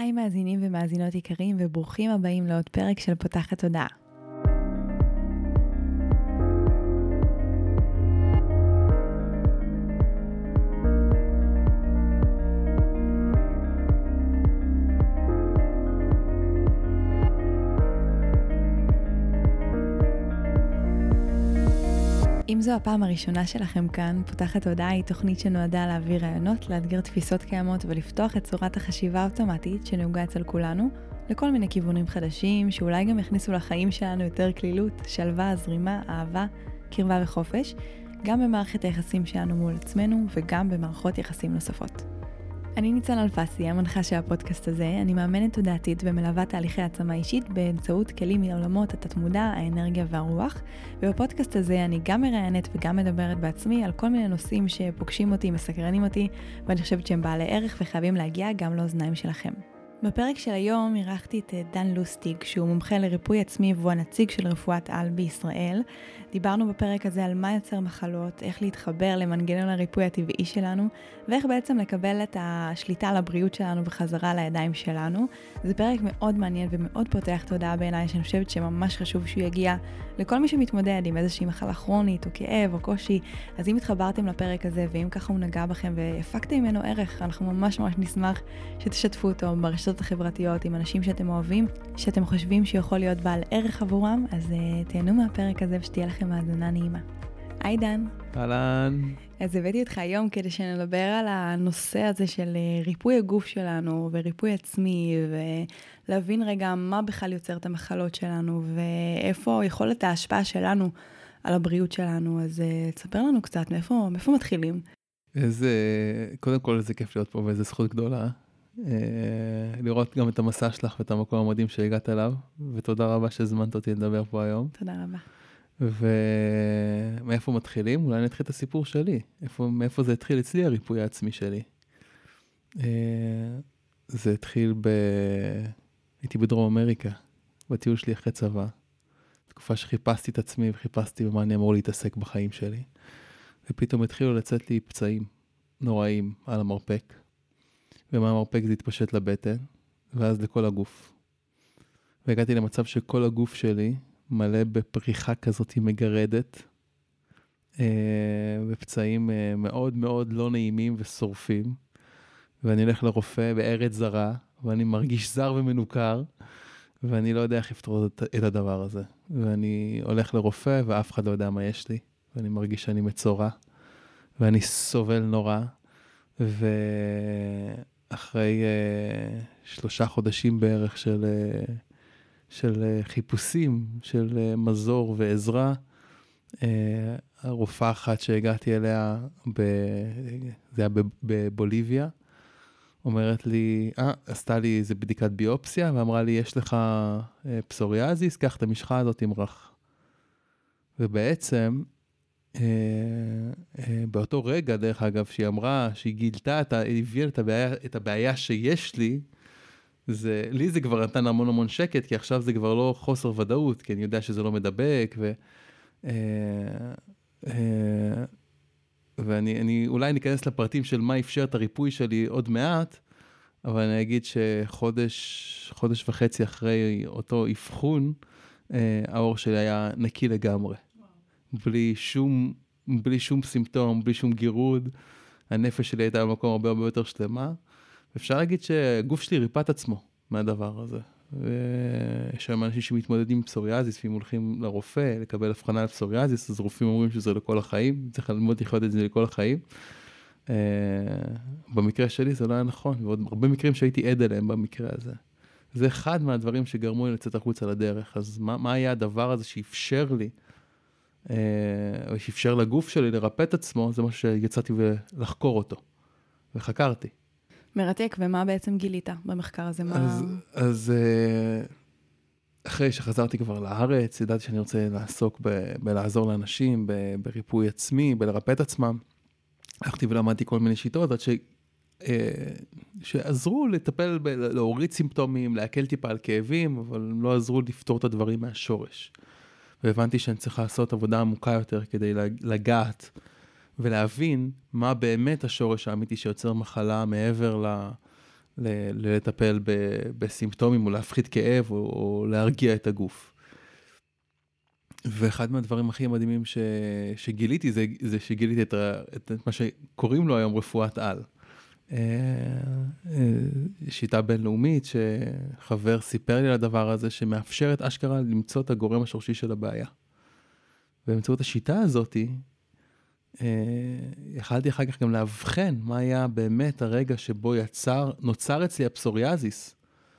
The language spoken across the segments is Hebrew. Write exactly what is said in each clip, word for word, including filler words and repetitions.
היי מאזינים ומאזינות יקרים וברוכים הבאים לעוד פרק של פותחת תודעה. אם זו הפעם הראשונה שלכם כאן, פותחת תודעה היא תוכנית שנועדה להעביר רעיונות, לאתגר תפיסות קיימות ולפתוח את צורת החשיבה האוטומטית שנהוגה אצל כולנו, לכל מיני כיוונים חדשים שאולי גם יכניסו לחיים שלנו יותר כלילות, שלווה, זרימה, אהבה, קרבה וחופש, גם במערכת היחסים שלנו מול עצמנו וגם במערכות יחסים נוספות. אני ניצן אלפסי, המנחה של הפודקאסט הזה. אני מאמנת תודעתית ומלווה תהליכי העצמה אישית באמצעות כלים מעולמות התת-מודע, האנרגיה והרוח. ובפודקאסט הזה אני גם מראיינת וגם מדברת בעצמי על כל מיני נושאים שפוגשים אותי, מסקרנים אותי, ואני חושבת שהם בעלי ערך וחייבים להגיע גם לאוזניים שלכם. בפרק של היום אירחתי את דן לוסטיג, שהוא מומחה לריפוי עצמי והוא הנציג של רפואת על בישראל. דיברנו בפרק הזה על מה יוצר מחלות, איך להתחבר למנגנון הריפוי הטבעי שלנו, ואיך בעצם לקבל את השליטה על הבריאות שלנו בחזרה לידיים שלנו. זה פרק מאוד מעניין ומאוד פותח תודעה בעיניי, שאני חושבת שממש חשוב שהוא יגיע לכל מי שמתמודד עם איזושהי מחלה כרונית או כאב או קושי. אז אם התחברתם לפרק הזה ואם ככה הוא נגע בכם והפקתם ממנו ערך, אנחנו ממש ממש נשמח שתשתפו אותו ברשתות החברתיות עם אנשים שאתם אוהבים, שאתם חושבים שיכול להיות בעל ערך עבורם. אז uh, תהנו מהפרק הזה ושתהיה לכם האזנה נעימה. היי דן. אהלן. אז הבאתי אותך היום כדי שנדבר על הנושא הזה של ריפוי הגוף שלנו וריפוי עצמי, ולהבין רגע מה בכלל יוצר את המחלות שלנו ואיפה יכולת ההשפעה שלנו על הבריאות שלנו. אז תספר לנו קצת מאיפה, מאיפה מתחילים. איזה, קודם כל זה כיף להיות פה ואיזה זכות גדולה. לראות גם את המסע שלך ואת המקום המדהים שהגעת אליו, ותודה רבה שהזמנת אותי לדבר פה היום. תודה רבה. ומאיפה מתחילים? אולי נתחיל את הסיפור שלי. איפה, מאיפה זה התחיל אצלי הריפוי העצמי שלי? זה התחיל ב... הייתי בדרום אמריקה, בטיול שלי אחרי צבא. תקופה שחיפשתי את עצמי וחיפשתי במה אני אמור להתעסק בחיים שלי. ופתאום התחילו לצאת לי פצעים נוראים על המרפק. ומהמרפק זה התפשט לבטן, ואז לכל הגוף. והגעתי למצב שכל הגוף שלי מלא בפריחה כזאת מגרדת, ופצעים מאוד מאוד לא נעימים ושורפים, ואני הולך לרופא בארץ זרה, ואני מרגיש זר ומנוכר, ואני לא יודע איך לפתור את הדבר הזה. ואני הולך לרופא, ואף אחד לא יודע מה יש לי, ואני מרגיש שאני מצורע, ואני סובל נורא, ואחרי שלושה חודשים בערך של... של חיפושים, של מזור ועזרה. הרופאה אחת שהגעתי אליה, ב... זה היה בבוליביה, אומרת לי, אה, עשתה לי איזה בדיקת ביופסיה, ואמרה לי, יש לך פסוריאזיס, קח את המשחה הזאת תמרח. ובעצם, באותו רגע, דרך אגב, שהיא אמרה, שהיא גילתה, היא הביאה את הבעיה, את הבעיה שיש לי, זה, לי זה כבר נתן המון המון שקט, כי עכשיו זה כבר לא חוסר ודאות, כי אני יודע שזה לא מדבק, ו, אה, אה, ואני אני, אולי ניכנס לפרטים של מה אפשר את הריפוי שלי עוד מעט, אבל אני אגיד שחודש, חודש וחצי אחרי אותו אבחון, אה, האור שלי היה נקי לגמרי. בלי שום, בלי שום סימפטום, בלי שום גירוד, הנפש שלי הייתה במקום הרבה הרבה יותר שלמה, אפשר להגיד שהגוף שלי ריפא את עצמו מהדבר הזה. ויש שם אנשים שמתמודדים עם פסוריאזיס, ואם הולכים לרופא לקבל הבחנה על פסוריאזיס, אז רופאים אומרים שזה לכל החיים, צריך ללמוד לחיות את זה לכל החיים. במקרה שלי זה לא היה נכון, ועוד הרבה מקרים שהייתי עד אליהם במקרה הזה. זה אחד מהדברים שגרמו לי לצאת החוצה לדרך. אז מה, מה היה הדבר הזה שאפשר לי, או שאפשר לגוף שלי לרפא את עצמו? זה מה שיצאתי לחקור אותו, וחקרתי. מרתק, ומה בעצם גילית במחקר הזה? אז, מה... אז אחרי שחזרתי כבר לארץ, ידעתי שאני רוצה לעסוק ב, בלעזור לאנשים, ב, בריפוי עצמי, בלרפא את עצמם. הלכתי ולמדתי כל מיני שיטות, עד ש, שעזרו לטפל, ב, להוריד סימפטומים, להקל טיפה על כאבים, אבל הם לא עזרו לפתור את הדברים מהשורש. והבנתי שאני צריך לעשות עבודה עמוקה יותר כדי לגעת, ולהבין מה באמת השורש האמיתי שיוצר מחלה מעבר לטפל בסימפטומים או להפחית כאב או, או להרגיע את הגוף. ואחד מהדברים הכי מדהימים ש, שגיליתי זה, זה שגיליתי את, את, את מה שקוראים לו היום רפואת על. שיטה בינלאומית שחבר סיפר לי על הדבר הזה שמאפשרת אשכרה למצוא את הגורם השורשי של הבעיה. ובאמצעות השיטה הזאת, יכלתי אחר כך גם להבחן מה היה באמת הרגע שבו יצר, נוצר אצלי הפסוריאזיס,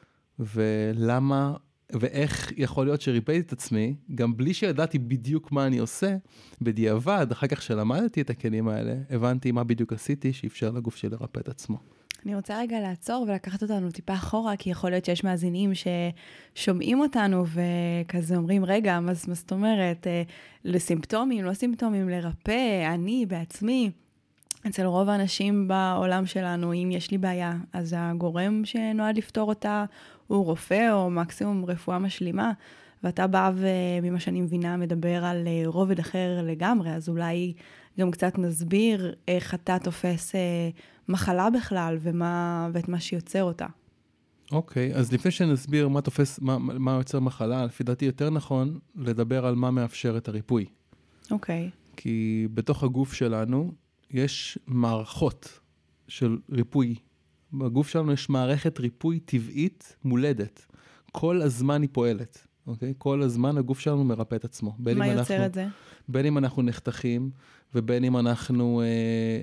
ולמה, ואיך יכול להיות שריפאתי את עצמי, גם בלי שידעתי בדיוק מה אני עושה, בדיעבד, אחר כך שלמדתי את הכלים האלה, הבנתי מה בדיוק עשיתי, שאפשר לגוף שלי לרפא את עצמו. אני רוצה רגע לעצור ולקחת אותנו טיפה אחורה, כי יכול להיות שיש מאזינים ששומעים אותנו וכזה אומרים, רגע, מה זאת אומרת, לסימפטומים, לא סימפטומים, לרפא, אני בעצמי. אצל רוב האנשים בעולם שלנו, אם יש לי בעיה, אז הגורם שנועד לפתור אותה הוא רופא או מקסימום רפואה משלימה, ואתה בא וממה שאני מבינה מדבר על רובד אחר לגמרי, אז אולי גם קצת נסביר איך אתה תופס מחלה בכלל ומה, ואת מה שיוצר אותה. אוקיי, okay, אז לפני שנסביר מה תופס, מה, מה יוצר מחלה, לפי דעתי יותר נכון לדבר על מה מאפשר את הריפוי. אוקיי. Okay. כי בתוך הגוף שלנו יש מערכות של ריפוי. בגוף שלנו יש מערכת ריפוי טבעית מולדת. כל הזמן היא פועלת. אוקיי? כל הזמן הגוף שלנו מרפא את עצמו. מה יוצר אנחנו, את זה? בין אם אנחנו נחתכים, ובין אם אנחנו, אה,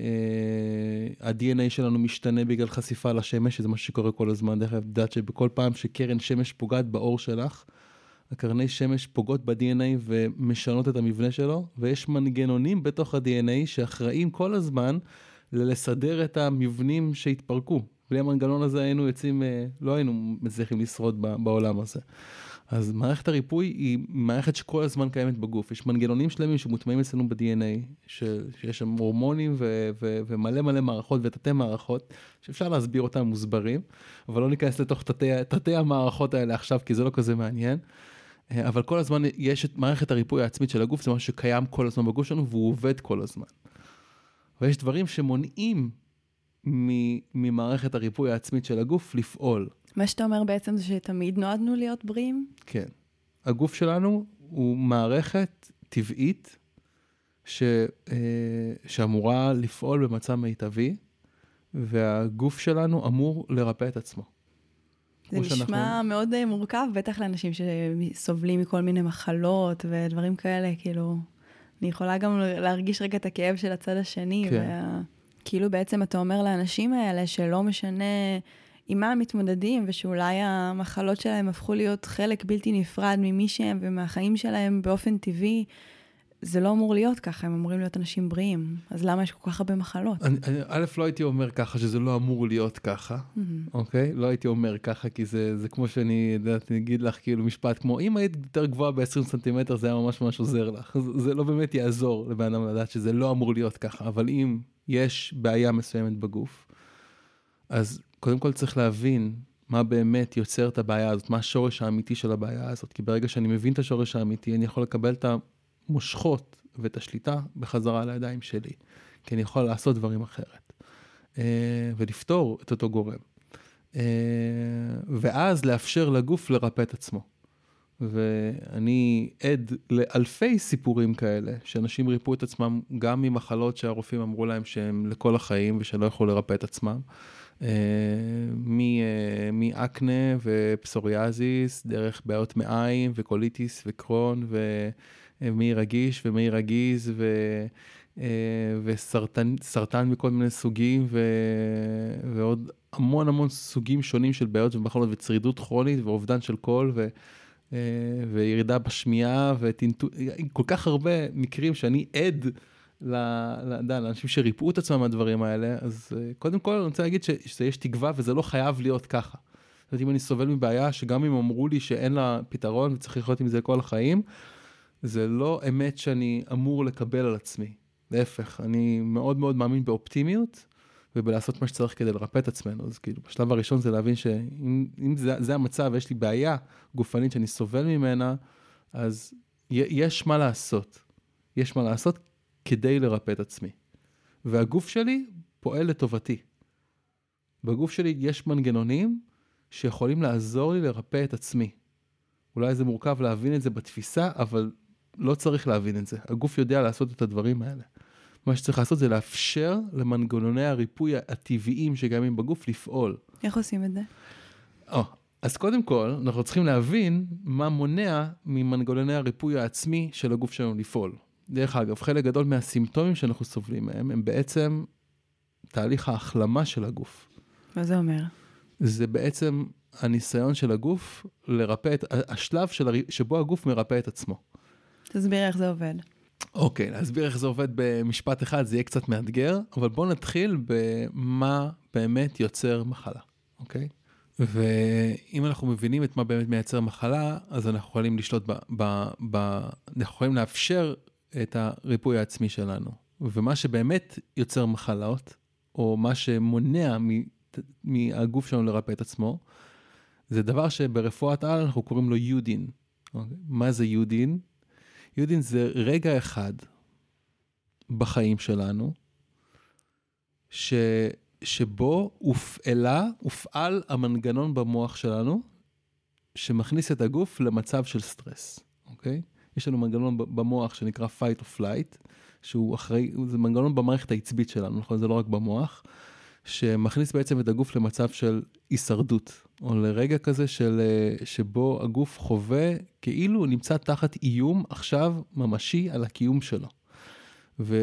אה, ה-די אן איי שלנו משתנה בגלל חשיפה לשמש, שזה מה שקורה כל הזמן. דרך אגב, דעת שבכל פעם שקרן שמש פוגעת באור שלך, הקרני שמש פוגעות ב-די אן איי ומשנות את המבנה שלו, ויש מנגנונים בתוך ה-די אן איי שאחראים כל הזמן לסדר את המבנים שהתפרקו. בלי המנגנון הזה היינו יוצאים, לא היינו מצליחים לשרוד בעולם הזה. אז מערכת הריפוי היא מערכת שכל הזמן קיימת בגוף. יש מנגנונים שלמים שמוטמעים אצלנו ב-די אן איי, שיש שם הורמונים ו- ו- ומלא מלא מערכות ותתי מערכות, שאפשר להסביר אותם מוסברים, אבל לא ניכנס לתוך תתי, תתי המערכות האלה עכשיו, כי זה לא כזה מעניין. אבל כל הזמן יש את מערכת הריפוי העצמית של הגוף, זה משהו שקיים כל הזמן בגוף שלנו, והוא עובד כל הזמן. ויש דברים שמונעים ממערכת הריפוי העצמית של הגוף לפעול. מה שאתה אומר בעצם זה שתמיד נועדנו להיות בריאים? כן. הגוף שלנו הוא מערכת טבעית ש, שאמורה לפעול במצב מיטבי, והגוף שלנו אמור לרפא את עצמו. זה נשמע שאנחנו... מאוד מורכב, בטח לאנשים שסובלים מכל מיני מחלות ודברים כאלה, כאילו, אני יכולה גם להרגיש רגע את הכאב של הצד השני, כן. וה... כאילו בעצם אתה אומר לאנשים האלה שלא משנה עם מה הם מתמודדים, ושאולי המחלות שלהם הפכו להיות חלק בלתי נפרד ממי שהם ומהחיים שלהם באופן טבעי, זה לא אמור להיות ככה, הם אמורים להיות אנשים בריאים. אז למה יש כל כך הרבה מחלות? אני, אני, א', לא הייתי אומר ככה, שזה לא אמור להיות ככה, mm-hmm. אוקיי? לא הייתי אומר ככה, כי זה, זה כמו שאני יודעת, אני אגיד לך כאילו משפט כמו, אם היית יותר גבוהה ב-עשרים סנטימטר, זה היה ממש ממש עוזר לך. זה, זה לא באמת יעזור לבן אדם לדעת שזה לא אמור להיות ככה, אבל אם יש בעיה מסוימת בגוף, אז קודם כל צריך להבין מה באמת יוצר את הבעיה הזאת, מה השורש האמיתי של הבעיה הזאת, כי ברגע שאני מבין את השורש האמיתי, אני יכול לקבל את המושכות ואת השליטה בחזרה לידיים שלי, כי אני יכול לעשות דברים אחרת, ולפתור את אותו גורם, ואז לאפשר לגוף לרפא את עצמו. ואני עד לאלפי סיפורים כאלה, שאנשים ריפו את עצמם גם ממחלות שהרופאים אמרו להם שהם לכל החיים, ושלא יכולו לרפא את עצמם, מאקנה ופסוריאזיס, דרך בעיות מעיים וקוליטיס וקרון ומעי רגיש ומעי רגיז וסרטן, סרטן מכל מיני סוגים ועוד המון המון סוגים שונים של בעיות ומחלות וצרידות כרונית ואובדן של קול ו... וירידה בשמיעה וטינטו... כל כך הרבה מקרים שאני עד לאנשים שריפאו את עצמם מהדברים האלה, אז קודם כל אני רוצה להגיד שיש תקווה וזה לא חייב להיות ככה. זאת אומרת, אם אני סובל מבעיה שגם אם אמרו לי שאין לה פתרון וצריך לחיות עם זה כל החיים, זה לא אמת שאני אמור לקבל על עצמי. להפך, אני מאוד מאוד מאמין באופטימיות ובלעשות מה שצריך כדי לרפא את עצמנו. אז כאילו, בשלב הראשון זה להבין שאם אם זה, זה המצב ויש לי בעיה גופנית שאני סובל ממנה, אז יש מה לעשות. יש מה לעשות כדי לרפא את עצמי. והגוף שלי פועל לטובתי. בגוף שלי יש מנגנונים שיכולים לעזור לי לרפא את עצמי. אולי זה מורכב להבין את זה בתפיסה, אבל לא צריך להבין את זה. הגוף יודע לעשות את הדברים האלה. מה שצריך לעשות זה לאפשר למנגנוני הריפוי הטבעיים שקיימים בגוף לפעול. איך עושים את זה? או, אז קודם כל, אנחנו צריכים להבין מה מונע ממנגנוני הריפוי העצמי של הגוף שלנו לפעול. דרך אגב, חלק גדול מהסימפטומים שאנחנו סובלים מהם, הם בעצם תהליך ההחלמה של הגוף. מה זה אומר? זה בעצם הניסיון של הגוף לרפא את, השלב של, שבו הגוף מרפא את עצמו. תסביר איך זה עובד. אוקיי, להסביר איך זה עובד במשפט אחד, זה יהיה קצת מאתגר, אבל בואו נתחיל במה באמת יוצר מחלה, אוקיי? ואם אנחנו מבינים את מה באמת מייצר מחלה, אז אנחנו יכולים לשלוט ב... ב, ב אנחנו יכולים לאפשר את הריפוי העצמי שלנו. ומה שבאמת יוצר מחלות, או מה שמונע מ, מהגוף שלנו לרפא את עצמו, זה דבר שברפואת על אנחנו קוראים לו יודין. אוקיי? מה זה יודין? יודין זה רגע אחד בחיים שלנו, ש... שבו הופעלה, הופעל המנגנון במוח שלנו, שמכניס את הגוף למצב של סטרס, אוקיי? יש לנו מנגנון במוח שנקרא fight or flight, שהוא אחראי, זה מנגנון במערכת העצבית שלנו, נכון? זה לא רק במוח, שמכניס בעצם את הגוף למצב של הישרדות, או לרגע כזה של, שבו הגוף חווה, כאילו הוא נמצא תחת איום עכשיו ממשי על הקיום שלו. ו...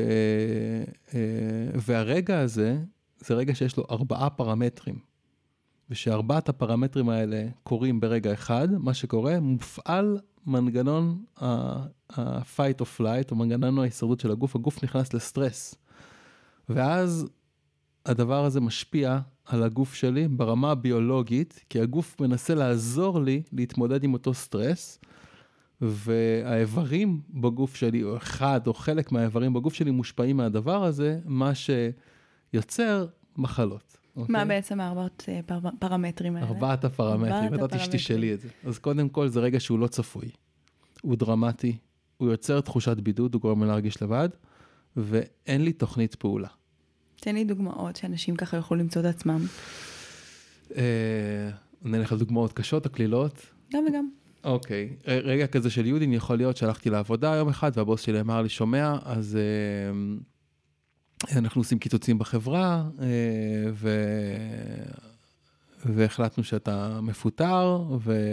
והרגע הזה, זה רגע שיש לו ארבעה פרמטרים, ושארבעת הפרמטרים האלה קורים ברגע אחד, מה שקורה, מופעל מנגנון ה-fight or flight, או מנגנון ההישרדות של הגוף, הגוף נכנס לסטרס. ואז הדבר הזה משפיע על הגוף שלי ברמה הביולוגית, כי הגוף מנסה לעזור לי להתמודד עם אותו סטרס, והאיברים בגוף שלי, או אחד או חלק מהאיברים בגוף שלי מושפעים מהדבר הזה, מה שיוצר מחלות. מה אוקיי? בעצם ארבעת פרמטרים האלה? ארבעת הפרמטרים, אתה תשתשלי את זה. אז קודם כל זה רגע שהוא לא צפוי, הוא דרמטי, הוא יוצר תחושת בידוד, הוא גורם להרגיש לבד, ואין לי תוכנית פעולה. תן לי דוגמאות שאנשים ככה יוכלו למצוא את עצמם. אני אלך על דוגמאות קשות, הקלילות. גם וגם. אוקיי, רגע כזה של יודין יכול להיות שהלכתי לעבודה יום אחד, והבוס שלי אמר לי, שומע, אז אנחנו עושים קיצוצים בחברה, ו... והחלטנו שאתה מפוטר,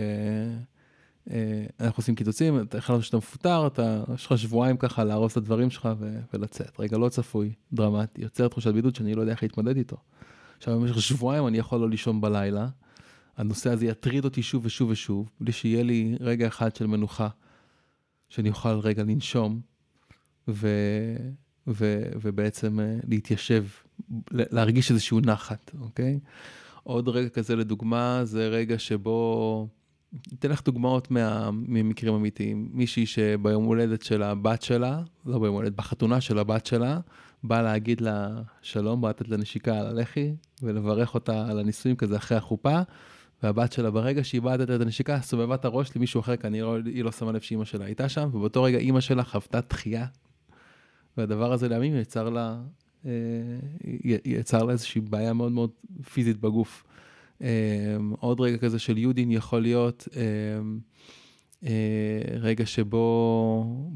ואנחנו עושים קיצוצים, החלטנו שאתה מפוטר, אתה, יש לך שבועיים ככה להרוס את הדברים שלך ו... ולצאת. רגע לא צפוי, דרמטי, יוצר תחושת בידוד שאני לא יודע איך להתמודד איתו. עכשיו, במשך שבועיים אני יכול לא לישון בלילה, הנושא הזה יטריד אותי שוב ושוב ושוב, בלי שיהיה לי רגע אחד של מנוחה, שאני אוכל רגע לנשום, ו... ו... ובעצם להתיישב, להרגיש איזשהו נחת, אוקיי? עוד רגע כזה לדוגמה, זה רגע שבו, אתן לך דוגמאות מה... ממקרים אמיתיים, מישהי שביום הולדת של הבת שלה, לא ביום הולדת, בחתונה של הבת שלה, באה להגיד לה שלום, באה לתת לה נשיקה על הלחי, ולברך אותה על הנישואים כזה אחרי החופה, והבת שלה ברגע שהיא באה לתת את הנשיקה, סובבה את הראש למישהו אחר, כי אני לא, היא לא שמה לב שאמא שלה הייתה שם, ובאותו רגע אמא שלה חוותה דחייה, והדבר הזה לימים יצר לה, יצר לה איזושהי בעיה מאוד מאוד פיזית בגוף. עוד רגע כזה של יודין יכול להיות רגע שבו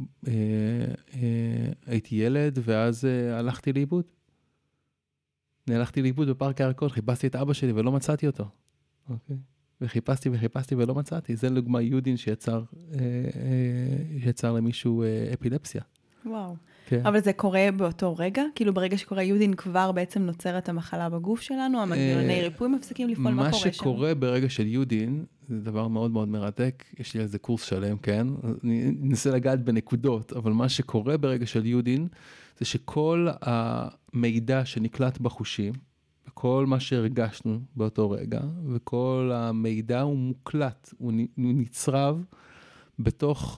הייתי ילד, ואז הלכתי לאיבוד. נהלכתי לאיבוד בפארק הירקון, חיפשתי את אבא שלי ולא מצאתי אותו. אוקיי? וחיפשתי וחיפשתי ולא מצאתי. זה לדוגמה יודין שיצר, שיצר למישהו אפילפסיה. וואו. כן. אבל זה קורה באותו רגע? כאילו ברגע שקורה יודין כבר בעצם נוצרת המחלה בגוף שלנו, המנגנוני ריפוי מפסיקים לפעול, מה קורה שם? מה שקורה ברגע של יודין, זה דבר מאוד מאוד מרתק, יש לי על זה קורס שלם, כן? אני אנסה לגעת בנקודות, אבל מה שקורה ברגע של יודין, זה שכל המידע שנקלט בחושים, וכל מה שהרגשנו באותו רגע, וכל המידע הוא מוקלט, הוא נצרב בתוך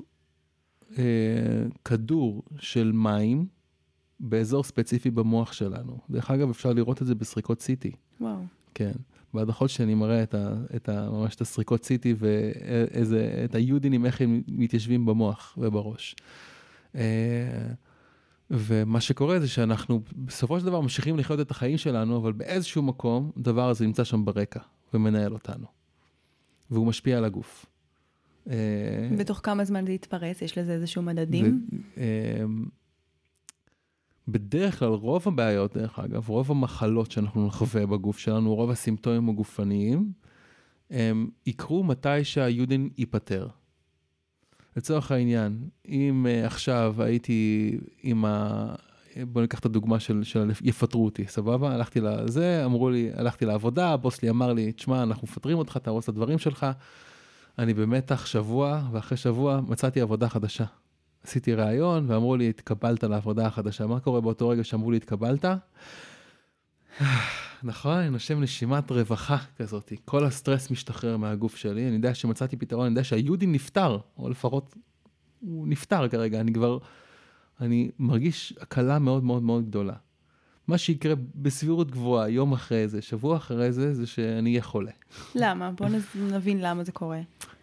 כדור של מים באזור ספציפי במוח שלנו. דרך אגב, אפשר לראות את זה בסריקות סיטי. וואו. כן. בהדרכות שאני מראה את ה, את ה, ממש את הסריקות סיטי ואיזה, את היודינים, איך הם מתיישבים במוח ובראש. ומה שקורה זה שאנחנו בסופו של דבר ממשיכים לחיות את החיים שלנו, אבל באיזשהו מקום דבר הזה נמצא שם ברקע ומנהל אותנו. והוא משפיע על הגוף. בתוך כמה זמן זה יתפרץ? יש לזה איזשהו מדדים? בדרך כלל רוב הבעיות, דרך אגב, רוב המחלות שאנחנו נחווה בגוף שלנו, רוב הסימפטומים הגופניים, הם יקרו מתי שהיודין ייפטר. לצורך העניין, אם uh, עכשיו הייתי עם ה... בוא ניקח את הדוגמה של, של יפטרו אותי, סבבה? הלכתי לזה, אמרו לי, הלכתי לעבודה, הבוס לי אמר לי, תשמע, אנחנו מפטרים אותך, תרוץ את הדברים שלך. אני במתח שבוע, ואחרי שבוע מצאתי עבודה חדשה. עשיתי רעיון, ואמרו לי, התקבלת לעבודה החדשה. מה קורה באותו רגע שאמרו לי, התקבלת? נכון, אני נושם נשימת רווחה כזאת. כל הסטרס משתחרר מהגוף שלי. אני יודע שמצאתי פתרון, אני יודע שהיודין נפטר, או לפחות הוא נפטר כרגע. אני כבר, אני מרגיש הקלה מאוד מאוד מאוד גדולה. מה שיקרה בסבירות גבוהה, יום אחרי זה, שבוע אחרי זה, זה שאני אהיה חולה. למה? בוא נבין למה זה קורה.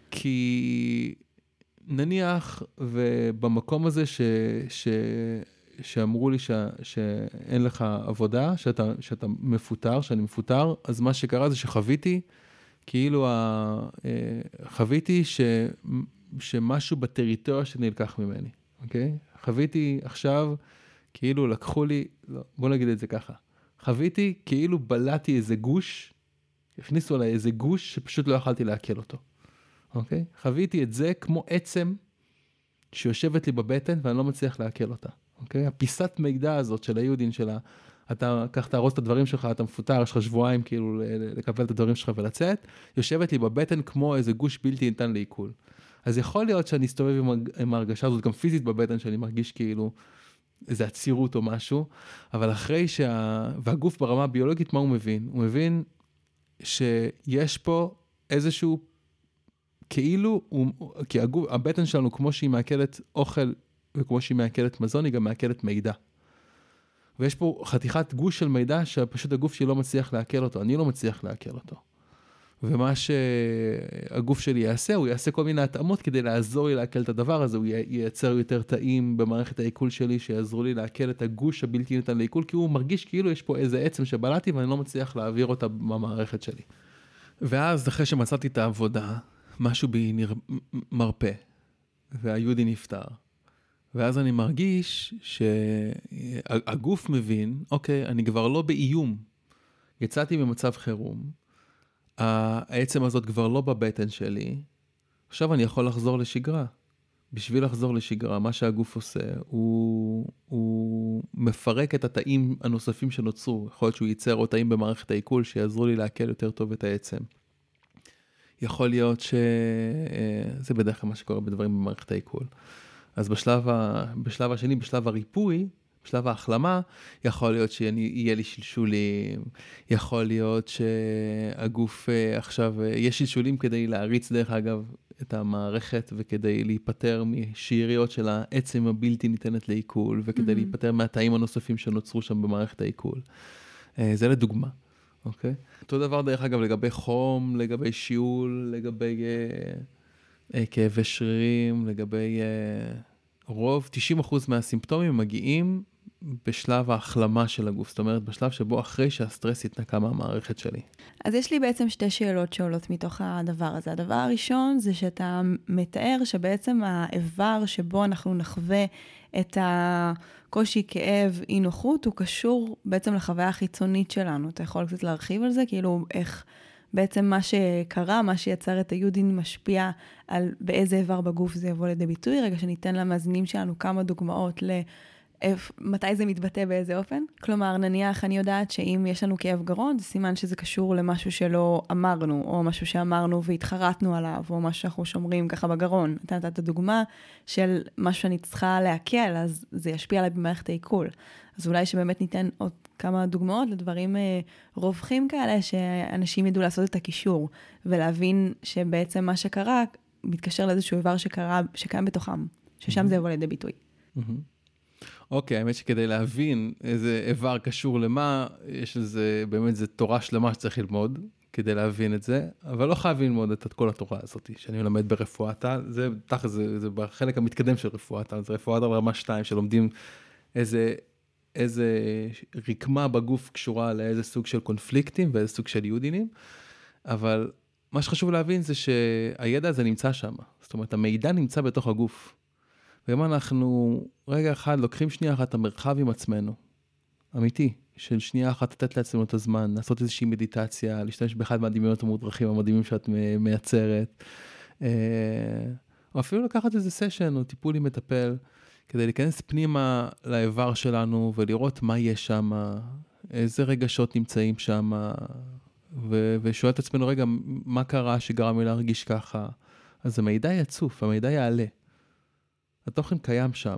כי נניח, ובמקום הזה ש... ש... שאמרו לי ש... שאין לך עבודה, שאתה, שאתה מפוטר, שאני מפוטר, אז מה שקרה זה שחוויתי, כאילו ה... חוויתי ש... שמשהו בטריטוריה שנלקח ממני, אוקיי? חוויתי עכשיו, כאילו לקחו לי, לא, בוא נגיד את זה ככה, חוויתי כאילו בלעתי איזה גוש, הכניסו עליי איזה גוש שפשוט לא יכלתי להקל אותו, אוקיי? חוויתי את זה כמו עצם שיושבת לי בבטן ואני לא מצליח להקל אותה. אוקיי? הפיסת מידע הזאת של היודין שלה, אתה כך תארוז את הדברים שלך, אתה מפוטר, יש לך שבועיים כאילו לקבל את הדברים שלך ולצאת, יושבת לי בבטן כמו איזה גוש בלתי ניתן לעיכול. אז יכול להיות שאני אסתובב עם, עם ההרגשה הזאת, גם פיזית בבטן, שאני מרגיש כאילו איזה עצירות או משהו, אבל אחרי שה... והגוף ברמה הביולוגית, מה הוא מבין? הוא מבין שיש פה איזשהו, כאילו, הוא... כי הגוף, הבטן שלנו, כמו שהיא מעכלת אוכל, וכמו שהיא מעכלת מזון, היא גם מעכלת מידע. ויש פה חתיכת גוש של מידע, שפשוט הגוף שלי לא מצליח לעכל אותו, אני לא מצליח לעכל אותו. ומה שהגוף שלי יעשה, הוא יעשה כל מיני התאמות כדי לעזור לי לעכל את הדבר הזה, הוא ייצר יותר תאים במערכת העיכול שלי, שיעזרו לי לעכל את הגוש הבלתי ניתן לעיכול, כי הוא מרגיש כאילו יש פה איזה עצם שבלעתי, ואני לא מצליח להעביר אותה במערכת שלי. ואז אחרי שמצאתי את העבודה, משהו בי נר... מרפא, והיודי נפטר. ואז אני מרגיש שהגוף מבין, אוקיי, אני כבר לא באיום, יצאתי במצב חירום, העצם הזאת כבר לא בבטן שלי, עכשיו אני יכול לחזור לשגרה. בשביל לחזור לשגרה, מה שהגוף עושה, הוא, הוא מפרק את התאים הנוספים שנוצרו. יכול להיות שהוא ייצר או תאים במערכת העיכול, שיעזרו לי להקל יותר טוב את העצם. יכול להיות שזה בדרך כלל מה שקורה בדברים במערכת העיכול. אז בשלב, ה... בשלב השני, בשלב הריפוי, בשלב ההחלמה, יכול להיות שיהיה לי שלשולים, יכול להיות שהגוף עכשיו, יש שלשולים כדי להריץ דרך אגב את המערכת, וכדי להיפטר משאריות של העצם הבלתי ניתנת לעיכול, וכדי mm-hmm. להיפטר מהתאים הנוספים שנוצרו שם במערכת העיכול. זה לדוגמה, אוקיי? אותו דבר דרך אגב לגבי חום, לגבי שיעול, לגבי אה, כאבי שרירים, לגבי... אה, רוב, תשעים אחוז מהסימפטומים מגיעים בשלב ההחלמה של הגוף, זאת אומרת, בשלב שבו אחרי שהסטרס התנקה מהמערכת שלי. אז יש לי בעצם שתי שאלות שעולות מתוך הדבר הזה. הדבר הראשון זה שאתה מתאר שבעצם האיבר שבו אנחנו נחווה את הקושי, כאב, אי נוחות, הוא קשור בעצם לחוויה החיצונית שלנו. אתה יכול קצת להרחיב על זה? כאילו, איך... בעצם מה שקרה, מה שיצר את היודין משפיע על באיזה איבר בגוף זה יבוא לידי ביטוי. רגע שניתן למאזינים שלנו כמה דוגמאות למתי זה מתבטא באיזה אופן. כלומר, נניח אני יודעת שאם יש לנו כאב גרון, זה סימן שזה קשור למשהו שלא אמרנו, או משהו שאמרנו והתחרטנו עליו, או משהו שאנחנו שומרים ככה בגרון. אתה נתת את הדוגמה של משהו שאני צריכה להקל, אז זה ישפיע עליי במערכת העיכול. אז אולי שבאמת ניתן עוד כמה דוגמאות לדברים אה, רווחים כאלה, שאנשים ידעו לעשות את הקישור, ולהבין שבעצם מה שקרה, מתקשר לאיזשהו איבר שקרה, שקיים בתוכם, ששם mm-hmm. זה יבוא לידי ביטוי. אוקיי, mm-hmm. okay, האמת שכדי להבין איזה איבר קשור למה, יש לזה, באמת זה תורה שלמה שצריך ללמוד, כדי להבין את זה, אבל לא חייבים ללמוד את כל התורה הזאת, שאני מלמד ברפואת על, זה, תח, זה, זה בחלק המתקדם של רפואת על, זה רפואת על רמה שתיים, שלומדים איזה, איזה רקמה בגוף קשורה לאיזה סוג של קונפליקטים ואיזה סוג של יודינים, אבל מה שחשוב להבין זה שהידע הזה נמצא שם, זאת אומרת, המידע נמצא בתוך הגוף. ואם אנחנו רגע אחד לוקחים שנייה אחת המרחב עם עצמנו, אמיתי, של שנייה אחת לתת לעצמנו את הזמן, לעשות איזושהי מדיטציה, להשתמש באחד מהדמיונות המודרכים המדהימים שאת מייצרת, או אפילו לקחת איזה סשן או טיפול עם מטפל, כדי להיכנס פנימה לאיבר שלנו ולראות מה יש שם, איזה רגשות נמצאים שם, ו- ושואל את עצמנו רגע, מה קרה שגרם לי להרגיש ככה? אז המידע יצוף, המידע יעלה. התוכן קיים שם.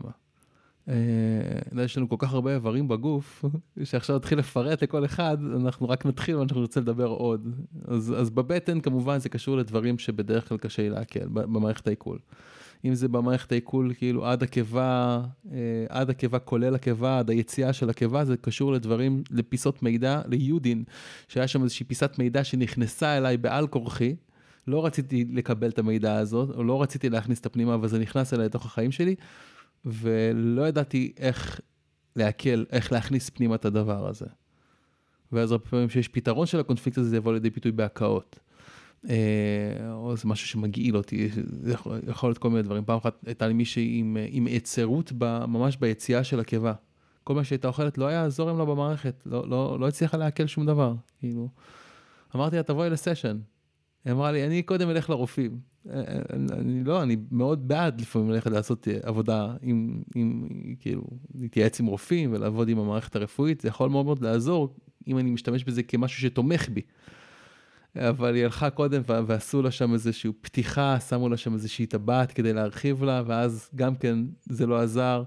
יש לנו כל כך הרבה איברים בגוף, שעכשיו נתחיל לפרט לכל אחד, אנחנו רק נתחיל ואנחנו נרצה לדבר עוד. אז, אז בבטן כמובן זה קשור לדברים שבדרך כלל קשה להקל, במערכת העיכול. אם זה במערכת העיכול, כאילו עד הקיבה, עד הקיבה כולל הקיבה, עד היציאה של הקיבה, זה קשור לדברים, לפיסות מידע, ליודין, שהיה שם איזושהי פיסת מידע שנכנסה אליי בעל כורחי, לא רציתי לקבל את המידע הזאת, או לא רציתי להכניס את הפנימה, אבל זה נכנס אליי לתוך החיים שלי, ולא ידעתי איך להקל, איך להכניס פנימה את הדבר הזה. ואז הרבה פעמים שיש פתרון של הקונפליקט הזה, זה יבוא לידי פיתוי בהקאות. או זה משהו שמגעיל אותי, זה יכול, יכול להיות כל מיני דברים. פעם אחת הייתה לי מישהי עם, עם עצרות ממש ביציאה של הקיבה. כל מה שהייתה אוכלת לא היה זורם לה במערכת, לא, לא, לא הצליחה להקל שום דבר. כאילו. אמרתי לה, תבואי לסשן. היא אמרה לי, אני קודם אלך לרופאים. אני לא, אני מאוד בעד לפעמים ללכת לעשות עבודה עם, עם, כאילו, להתייעץ עם רופאים ולעבוד עם המערכת הרפואית. זה יכול מאוד מאוד לעזור אם אני משתמש בזה כמשהו שתומך בי. אבל היא הלכה קודם ועשו לה שם איזושהי פתיחה, שמו לה שם איזושהי טבעת כדי להרחיב לה, ואז גם כן זה לא עזר.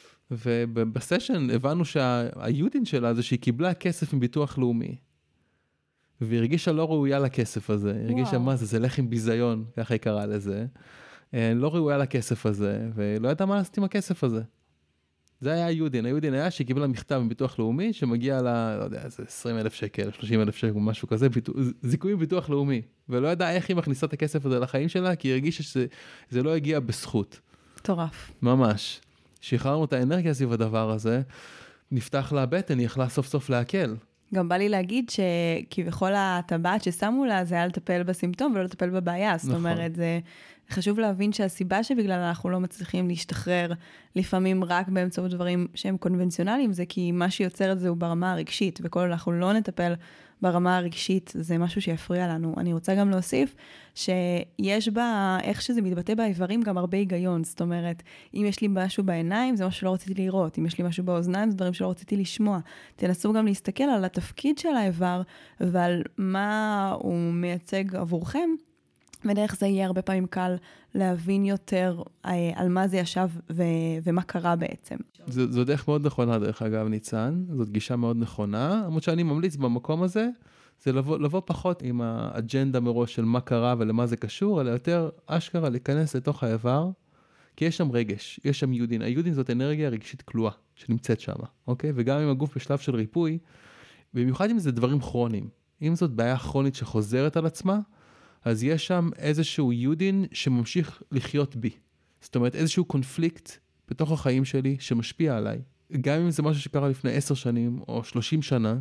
ובסשן הבנו שהיודין שלה זה שהיא קיבלה כסף מביטוח לאומי. והיא הרגישה לא ראויה לכסף הזה, היא הרגישה מה זה, זה לחם ביזיון, ככה היא קראה לזה. לא ראויה לכסף הזה, ולא ידעה מה לעשות עם הכסף הזה. זה היה היודין, היודין היה שהיא קיבלה מכתב מביטוח לאומי, שמגיע לה, לא יודע, זה עשרים אלף שקל, שלושים אלף שקל, משהו כזה, זיכוי מביטוח לאומי, ולא ידעה איך היא מכניסה את הכסף הזה לחיים שלה, כי היא הרגישה שזה לא הגיע בזכות. מטורף. ממש. שחררנו את האנרגיה סביב הדבר הזה, נפתח לה הבטן, היא יכלה סוף סוף להקל. גם בא לי להגיד שכביכול הטבעת ששמו לה, זה היה לטפל בסימפטום ולא לטפל בבעיה. זאת אומרת, זה חשוב להבין שהסיבה שבגלל אנחנו לא מצליחים להשתחרר לפעמים רק באמצעות דברים שהם קונבנציונליים, זה כי מה שיוצר את זה הוא ברמה הרגשית, וכל אנחנו לא נטפל ברמה הרגשית, זה משהו שיפריע לנו. אני רוצה גם להוסיף שיש בה, איך שזה מתבטא באיברים, גם הרבה היגיון. זאת אומרת, אם יש לי משהו בעיניים, זה משהו שלא רציתי לראות. אם יש לי משהו באוזניים, זה דברים שלא רציתי לשמוע. תנסו גם להסתכל על התפקיד של האיבר, ועל מה הוא מייצג עבורכם, ודרך זה יהיה הרבה פעמים קל להבין יותר על מה זה ישב ו- ומה קרה בעצם. זו, זו דרך מאוד נכונה, דרך אגב, ניצן. זאת גישה מאוד נכונה. למרות שאני ממליץ במקום הזה, זה לבוא, לבוא פחות עם האג'נדה מראש של מה קרה ולמה זה קשור, אלא יותר אשכרה להיכנס לתוך האיבר, כי יש שם רגש, יש שם יודין. היודין זאת אנרגיה רגשית כלואה שנמצאת שם, אוקיי? וגם אם הגוף בשלב של ריפוי, במיוחד אם זה דברים כרוניים. אם זאת בעיה כרונית שחוזרת על עצמה, אז יש שם איזשהו יודין שממשיך לחיות בי. זאת אומרת, איזשהו קונפליקט בתוך החיים שלי שמשפיע עליי. גם אם זה משהו שקרה לפני עשר שנים או שלושים שנה,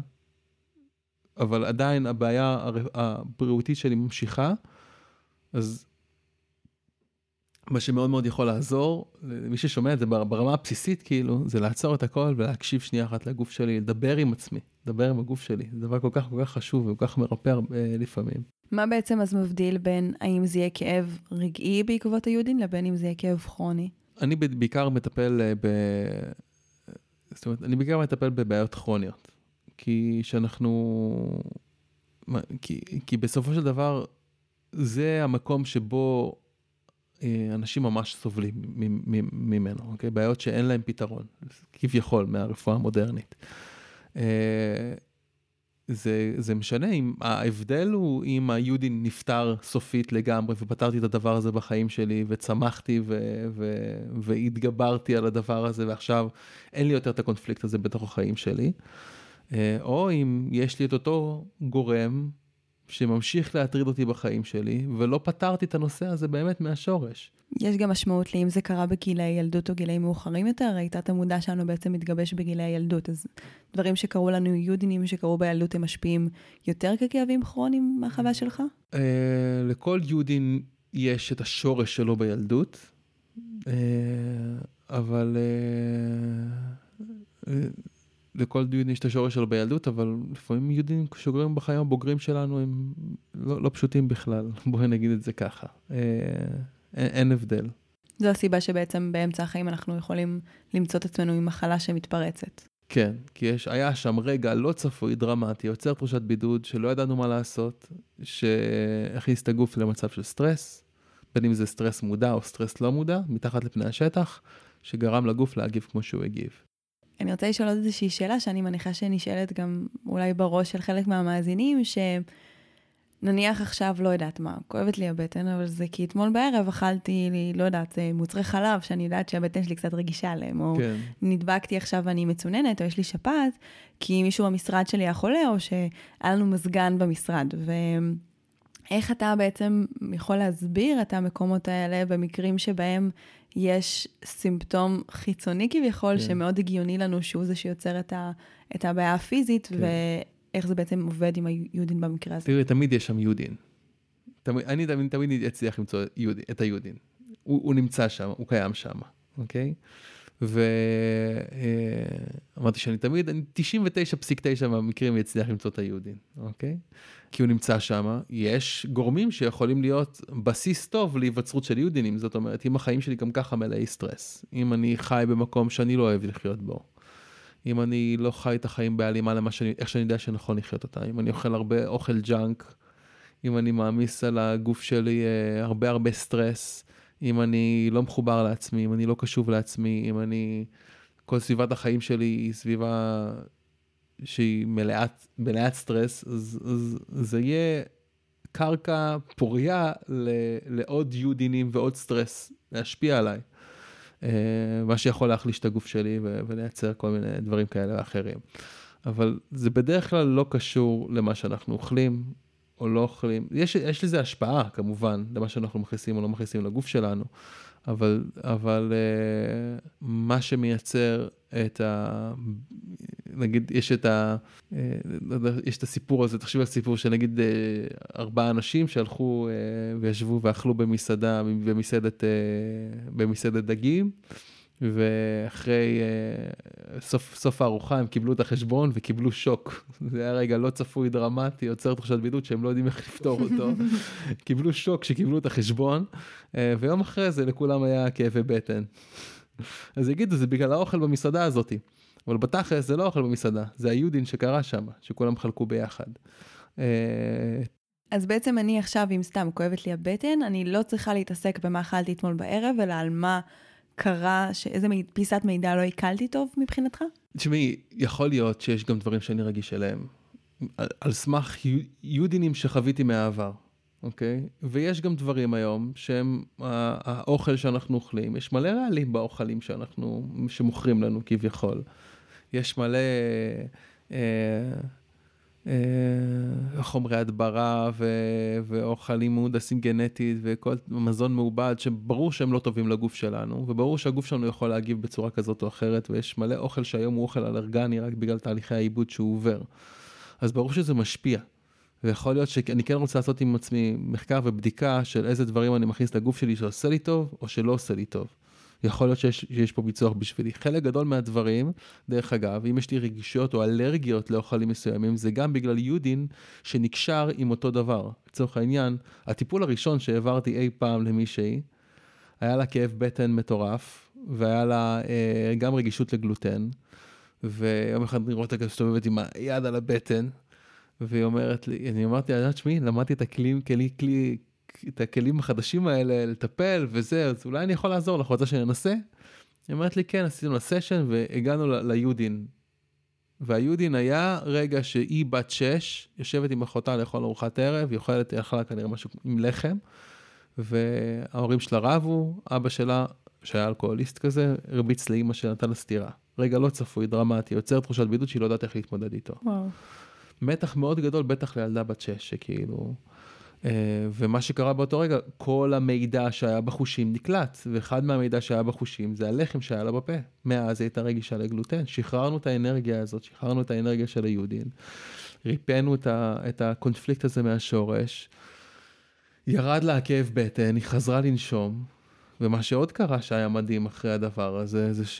אבל עדיין הבעיה הבריאותית שלי ממשיכה, אז מה שמאוד מאוד יכול לעזור, מי ששומע את זה ברמה הבסיסית, כאילו, זה לעצור את הכל ולהקשיב שנייה אחת לגוף שלי, לדבר עם עצמי, לדבר עם הגוף שלי. זה דבר כל כך כל כך חשוב וכל כך מרפא לפעמים. מה בעצם אז מבדיל בין האם זה יהיה כאב רגעי בעקבות היודין, לבין אם זה יהיה כאב כרוני? אני בעיקר מטפל ב... זאת אומרת, אני בעיקר מטפל בבעיות כרוניות. כי שאנחנו... כי, כי בסופו של דבר, זה המקום שבו אנשים ממש סובלים ממנו, אוקיי? בעיות שאין להם פתרון, כביכול מהרפואה המודרנית. זה, זה משנה, אם ההבדל הוא אם היודין נפטר סופית לגמרי, ופתרתי את הדבר הזה בחיים שלי, וצמחתי ו, ו, והתגברתי על הדבר הזה, ועכשיו אין לי יותר את הקונפליקט הזה בתוך החיים שלי, או אם יש לי את אותו גורם, שממשיך להטריד אותי בחיים שלי, ולא פתרתי את הנושא הזה באמת מהשורש. יש גם משמעות לי אם זה קרה בגילי ילדות או גילי מאוחרים יותר, ראיתה את המודע שלנו בעצם מתגבש בגילי ילדות, אז דברים שקרו לנו יודינים שקרו בילדות הם משפיעים יותר ככאבים כרוניים מהחוויה שלך? Uh, לכל יודין יש את השורש שלו בילדות, uh, אבל uh, uh, לכל יודין יש את השורש שלו בילדות, אבל לפעמים יודינים שקורים בחיים הבוגרים שלנו הם לא, לא פשוטים בכלל, בואי נגיד את זה ככה. Uh, אין, אין הבדל. זו הסיבה שבעצם באמצע החיים אנחנו יכולים למצוא את עצמנו עם מחלה שמתפרצת. כן, כי יש, היה שם רגע לא צפוי, דרמטי, יוצר תחושת בידוד, שלא ידענו מה לעשות, שהכניס את הגוף למצב של סטרס, בין אם זה סטרס מודע או סטרס לא מודע, מתחת לפני השטח, שגרם לגוף להגיב כמו שהוא הגיב. אני רוצה לשאול עוד איזושהי שאלה, שאני מניחה שנשאלת גם אולי בראש של חלק מהמאזינים, שנניח עכשיו לא יודעת מה, כואבת לי הבטן, אבל זה כי אתמול בערב אכלתי לי, לא יודעת, מוצרי חלב, שאני יודעת שהבטן שלי קצת רגישה עליהם, או כן. נדבקתי עכשיו ואני מצוננת, או יש לי שפעת, כי מישהו במשרד שלי היה חולה, או שהיה לנו מזגן במשרד. ואיך אתה בעצם יכול להסביר את המקומות האלה במקרים שבהם יש סימפטום חיצוני כביכול, כן. שמאוד הגיוני לנו שהוא זה שיוצר את, ה, את הבעיה הפיזית, כן. ואיך זה בעצם עובד עם היודין במקרה הזה. תראי, תמיד יש שם יודין. תמיד, אני תמיד, תמיד אצליח למצוא יודין, את היודין. הוא, הוא נמצא שם, הוא קיים שם, אוקיי? ואמרתי שאני תמיד, אני תשעים ותשע נקודה תשע מהמקרים אצליח למצוא את היודין, אוקיי? כי הוא נמצא שם. יש גורמים שיכולים להיות בסיס טוב להיווצרות של יודינים, זאת אומרת, אם החיים שלי גם ככה מלאי סטרס, אם אני חי במקום שאני לא אוהב לחיות בו, אם אני לא חי את החיים בהלימה למה שאני, איך שאני יודע שנכון לחיות אותה, אם אני אוכל הרבה אוכל ג'אנק, אם אני מעמיס על הגוף שלי הרבה הרבה סטרס, אם אני לא מחובר לעצמי, אם אני לא קשוב לעצמי, אם אני, כל סביבת החיים שלי היא סביבה שהיא מלאת, מלאת סטרס, אז, אז זה יהיה קרקע פוריה ל, לעוד יודינים ועוד סטרס להשפיע עליי. מה שיכול להחליש את הגוף שלי ולייצר כל מיני דברים כאלה ואחרים. אבל זה בדרך כלל לא קשור למה שאנחנו אוכלים או לא אוכלים. יש, יש לזה השפעה כמובן למה שאנחנו מכניסים או לא מכניסים לגוף שלנו, אבל, אבל מה שמייצר את ה... נגיד, יש את ה... יש את הסיפור הזה, תחשבי על סיפור שנגיד ארבעה אנשים שהלכו וישבו ואכלו במסעדה, במסעדת, במסעדת דגים, ואחרי סוף, סוף הארוחה הם קיבלו את החשבון וקיבלו שוק. זה היה רגע לא צפוי, דרמטי, יוצר תחושת בידוד שהם לא יודעים איך לפתור אותו. קיבלו שוק שקיבלו את החשבון, ויום אחרי זה לכולם היה כאבי בטן. אז יגידו, זה בגלל האוכל במסעדה הזאת. אבל בתכלס זה לא אוכל במסעדה, זה היודין שקרה שם, שכולם חלקו ביחד. אז בעצם אני עכשיו, אם סתם כואבת לי הבטן, אני לא צריכה להתעסק במה אכלתי אתמול בערב, אלא על מה קרה, שאיזה פיסת מידע לא עיכלתי טוב מבחינתך? תשמעי, יכול להיות שיש גם דברים שאני רגיש אליהם, על, על סמך יודינים שחוויתי מהעבר, אוקיי? ויש גם דברים היום שהם האוכל שאנחנו אוכלים, יש מלא רעלים באוכלים שאנחנו, שמוכרים לנו כביכול. יש מלא אה, אה, חומרי הדברה ו- ואוכלים מהונדסים גנטית וכל מזון מעובד שברור שהם לא טובים לגוף שלנו, וברור שהגוף שלנו יכול להגיב בצורה כזאת או אחרת, ויש מלא אוכל שהיום הוא אוכל אלרגני רק בגלל תהליכי העיבוד שהוא עובר. אז ברור שזה משפיע. ויכול להיות שאני כן רוצה לעשות עם עצמי מחקר ובדיקה של איזה דברים אני מכניס לגוף שלי שעושה לי טוב או שלא עושה לי טוב. יכול להיות שיש, שיש פה ביצוע בשבילי. חלק גדול מהדברים, דרך אגב, אם יש לי רגישויות או אלרגיות לאוכלים מסוימים, זה גם בגלל יודין שנקשר עם אותו דבר. לצורך העניין, הטיפול הראשון שהעברתי אי פעם למישהי, היה לה כאב בטן מטורף, והיה לה אה, גם רגישות לגלוטן, ויום אחד אני רואה אותה מסתובבת עם היד על הבטן, והיא אומרת לי, אני אמרתי, אני יודעת שמי, למדתי את הכלים, כלי, כלי, את הכלים החדשים האלה, לטפל וזה, אז אולי אני יכול לעזור לך, רוצה שננסה? היא אומרת לי, כן, עשינו לסשן, והגענו ליודין. והיודין היה רגע שהיא בת שש, יושבת עם אחותה לאכול ארוחת ערב, היא אוכלת, אכלה כנראה משהו עם לחם, וההורים שלה רבו, אבא שלה, שהיה אלכוהוליסט כזה, הרביץ לאמא שנתן לה סטירה. רגע לא צפוי, דרמטי, יוצר תחושת בידוד שהיא לא יודעת איך להתמודד איתו. וואו. מתח מאוד גדול, בטח לילדה בת שש, שכאילו, ומה שקרה באותו רגע, כל המידע שהיה בחושים נקלט, ואחד מהמידע שהיה בחושים זה הלחם שהיה לה בפה. מאז הייתה רגישה לגלוטן. שחררנו את האנרגיה הזאת, שחררנו את האנרגיה של היהודין, ריפאנו את, ה, את הקונפליקט הזה מהשורש, ירד לה הכאב בטן, היא חזרה לנשום, ומה שעוד קרה שהיה מדהים אחרי הדבר הזה, זה,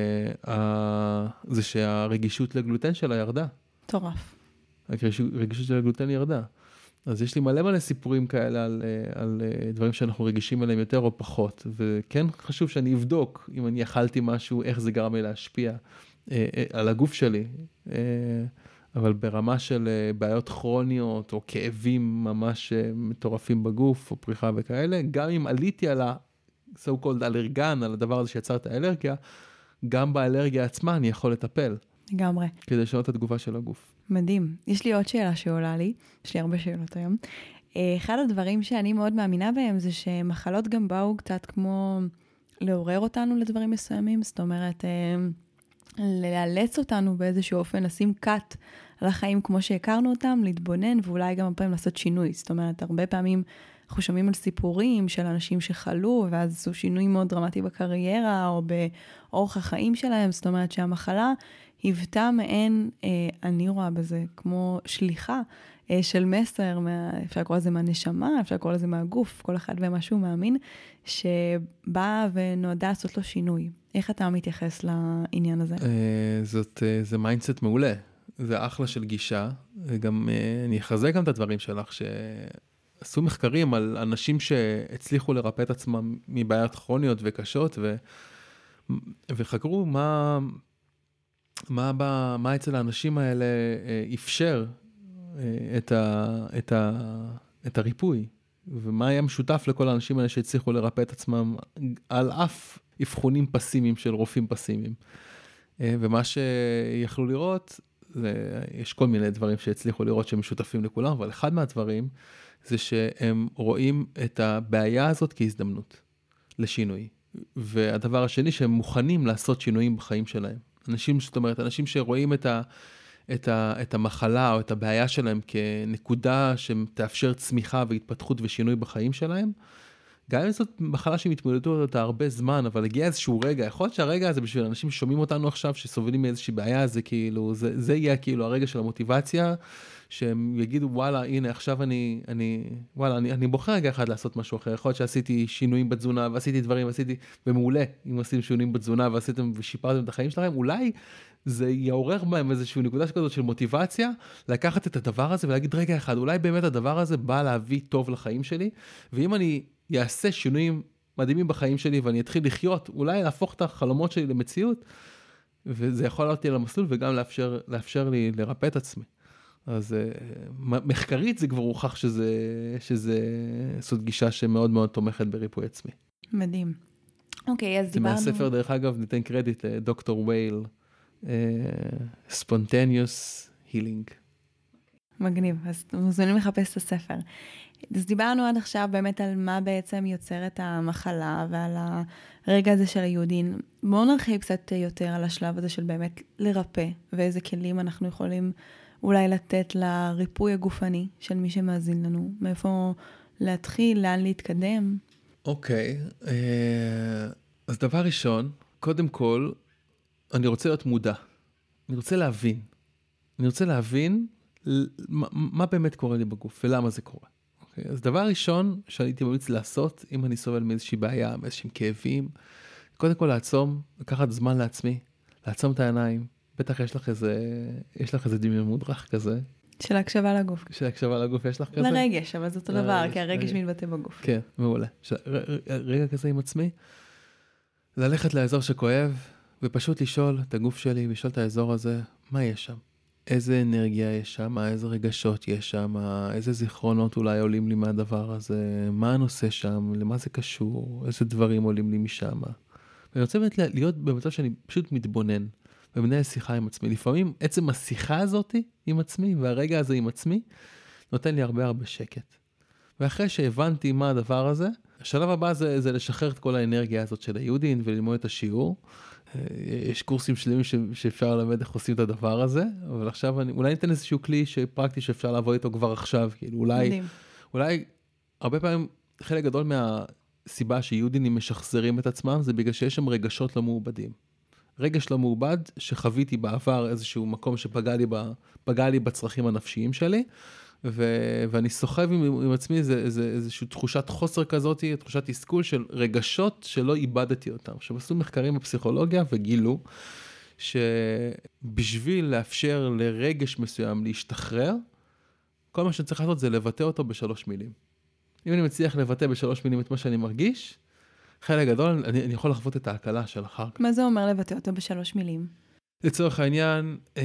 שה... זה שהרגישות לגלוטן שלה ירדה. טורף. הרגישות של הגלוטן ירדה. אז יש לי מלא מלא סיפורים כאלה על, על דברים שאנחנו רגישים עליהם יותר או פחות, וכן חשוב שאני אבדוק אם אני אכלתי משהו, איך זה גרם לי להשפיע על הגוף שלי, אבל ברמה של בעיות כרוניות או כאבים ממש מטורפים בגוף או פריחה וכאלה, גם אם עליתי על ה-so called אלרגן, על הדבר הזה שיצר את האלרגיה, גם באלרגיה עצמה אני יכול לטפל. לגמרי. כדי לשנות את התגובה של הגוף. מדהים. יש לי עוד שאלה שעולה לי, יש לי הרבה שאלות היום. אחד הדברים שאני מאוד מאמינה בהם זה שמחלות גם באו קצת כמו לעורר אותנו לדברים מסוימים, זאת אומרת, לאלץ אותנו באיזשהו אופן, לשים קאט על החיים כמו שהכרנו אותם, להתבונן ואולי גם הפעמים לעשות שינוי. זאת אומרת, הרבה פעמים אנחנו שומעים על סיפורים של אנשים שחלו, ואז עשו שינוי מאוד דרמטי בקריירה או באורח החיים שלהם, זאת אומרת שהמחלה היוותה מעין, אה, אני רואה בזה, כמו שליחה אה, של מסר, מה, אפשר לקרוא לזה מהנשמה, אפשר לקרוא לזה מהגוף, כל אחד ומה שהוא מאמין, שבא ונועדה לעשות לו שינוי. איך אתה מתייחס לעניין הזה? אה, זאת, אה, זה מיינדסט מעולה. זה אחלה של גישה. גם, אה, אני אחזק גם את הדברים שלך, שעשו מחקרים על אנשים שהצליחו לרפא את עצמם מבעיות כרוניות וקשות, ו, וחקרו מה... מה, מה, מה אצל האנשים האלה אפשר את, ה, את, ה, את הריפוי, ומה היה משותף לכל האנשים האלה שהצליחו לרפא את עצמם על אף אבחונים פסימיים של רופאים פסימיים. ומה שיכלו לראות, זה, יש כל מיני דברים שהצליחו לראות שהם משותפים לכולם, אבל אחד מהדברים זה שהם רואים את הבעיה הזאת כהזדמנות לשינוי. והדבר השני, שהם מוכנים לעשות שינויים בחיים שלהם. אנשים, זאת אומרת, אנשים שרואים את, ה, את, ה, את המחלה או את הבעיה שלהם כנקודה שתאפשר צמיחה והתפתחות ושינוי בחיים שלהם, גם אם זאת מחלה שמתמודדו אותה הרבה זמן, אבל הגיע איזשהו רגע, יכול להיות שהרגע הזה בשביל אנשים ששומעים אותנו עכשיו, שסובלים מאיזושהי בעיה, זה כאילו, זה, זה יהיה כאילו הרגע של המוטיבציה, שהם יגידו, וואלה, הנה, עכשיו אני, אני, וואלה, אני, אני בוחר רגע אחד לעשות משהו אחר. יכול להיות שעשיתי שינויים בתזונה, ועשיתי דברים, ועשיתי, ומעולה, אם עשיתם שינויים בתזונה, ועשיתם ושיפרתם את החיים שלכם, אולי זה יעורר בהם איזושהי נקודה כזאת של מוטיבציה, לקחת את הדבר הזה ולהגיד, רגע אחד, אולי באמת הדבר הזה בא להביא טוב לחיים שלי, ואם אני יעשה שינויים מדהימים בחיים שלי, ואני אתחיל לחיות, אולי להפוך את החלומות שלי למציאות, וזה יכול לעלות לי על המסלול, וגם לאפשר, לאפשר לי לרפא את עצמי. אז מחקרית זה כבר הוכח שזה, שזה סוד גישה שמאוד מאוד תומכת בריפוי עצמי. מדהים. אוקיי, אז דיברנו... זה מהספר, דרך אגב, ניתן קרדיט לדוקטור וייל, Spontaneous Healing. מגניב, אז מוזמנים לחפש את הספר. אז דיברנו עד עכשיו באמת על מה בעצם יוצר את המחלה ועל הרגע הזה של היהודין. בואו נרחיב קצת יותר על השלב הזה של באמת לרפא, ואיזה כלים אנחנו יכולים אולי לתת לריפוי הגופני של מי שמאזין לנו. מאיפה להתחיל, לאן להתקדם. אוקיי, אז דבר ראשון, קודם כל, אני רוצה להיות מודע. אני רוצה להבין. אני רוצה להבין מה, מה באמת קורה לי בגוף ולמה זה קורה. אוקיי? אז דבר ראשון שהייתי ממליץ לעשות, אם אני סובל מאיזושהי בעיה, מאיזשהם כאבים, קודם כל לעצום, לקחת זמן לעצמי, לעצום את העיניים. בטח יש לך איזה, יש לך איזה דמיון מודרך כזה. של הקשבה לגוף. של הקשבה לגוף יש לך כזה? לרגש, אבל זה אותו דבר, כי הרגש מתבטא בגוף. כן, מעולה. רגע כזה עם עצמי, ללכת לאזור שכואב, ופשוט לשאול את הגוף שלי, לשאול את האזור הזה, מה יש שם? איזה אנרגיה יש שם? איזה רגשות יש שם? איזה זיכרונות אולי עולים לי מהדבר הזה? מה הנושא שם? למה זה קשור? איזה דברים עולים לי משם? ואני רוצה באמת להיות במצב שאני פשוט מתבונן, ומנהל שיחה עם עצמי. לפעמים עצם השיחה הזאת עם עצמי, והרגע הזה עם עצמי, נותן לי הרבה הרבה שקט. ואחרי שהבנתי מה הדבר הזה, השלב הבא זה, זה לשחרר את כל האנרגיה הזאת של היהודין, וללמוד את השיעור, יש קורסים שלמים ש, שאפשר ללמד איך עושים את הדבר הזה, אבל עכשיו אני, אולי ניתן איזשהו כלי שפרקטי שאפשר לעבוד איתו כבר עכשיו, כאילו אולי, מדהים. אולי הרבה פעמים חלק גדול מהסיבה שיהודים משחזרים את עצמם, זה בגלל שיש שם רגשות לא מעובדים. רגש לא מעובד שחוויתי בעבר איזשהו מקום שפגע לי, ב, פגע לי בצרכים הנפשיים שלי, ו- ואני סוחב עם, עם עצמי איזה, איזה, איזושהי תחושת חוסר כזאת, תחושת תסכול של רגשות שלא איבדתי אותם. עכשיו עשו מחקרים בפסיכולוגיה וגילו שבשביל לאפשר לרגש מסוים להשתחרר, כל מה שצריך לעשות זה לבטא אותו בשלוש מילים. אם אני מצליח לבטא בשלוש מילים את מה שאני מרגיש, חלק גדול, אני, אני יכול לחוות את ההקלה של אחר כך. מה זה אומר לבטא אותו בשלוש מילים? לצורך העניין, אה,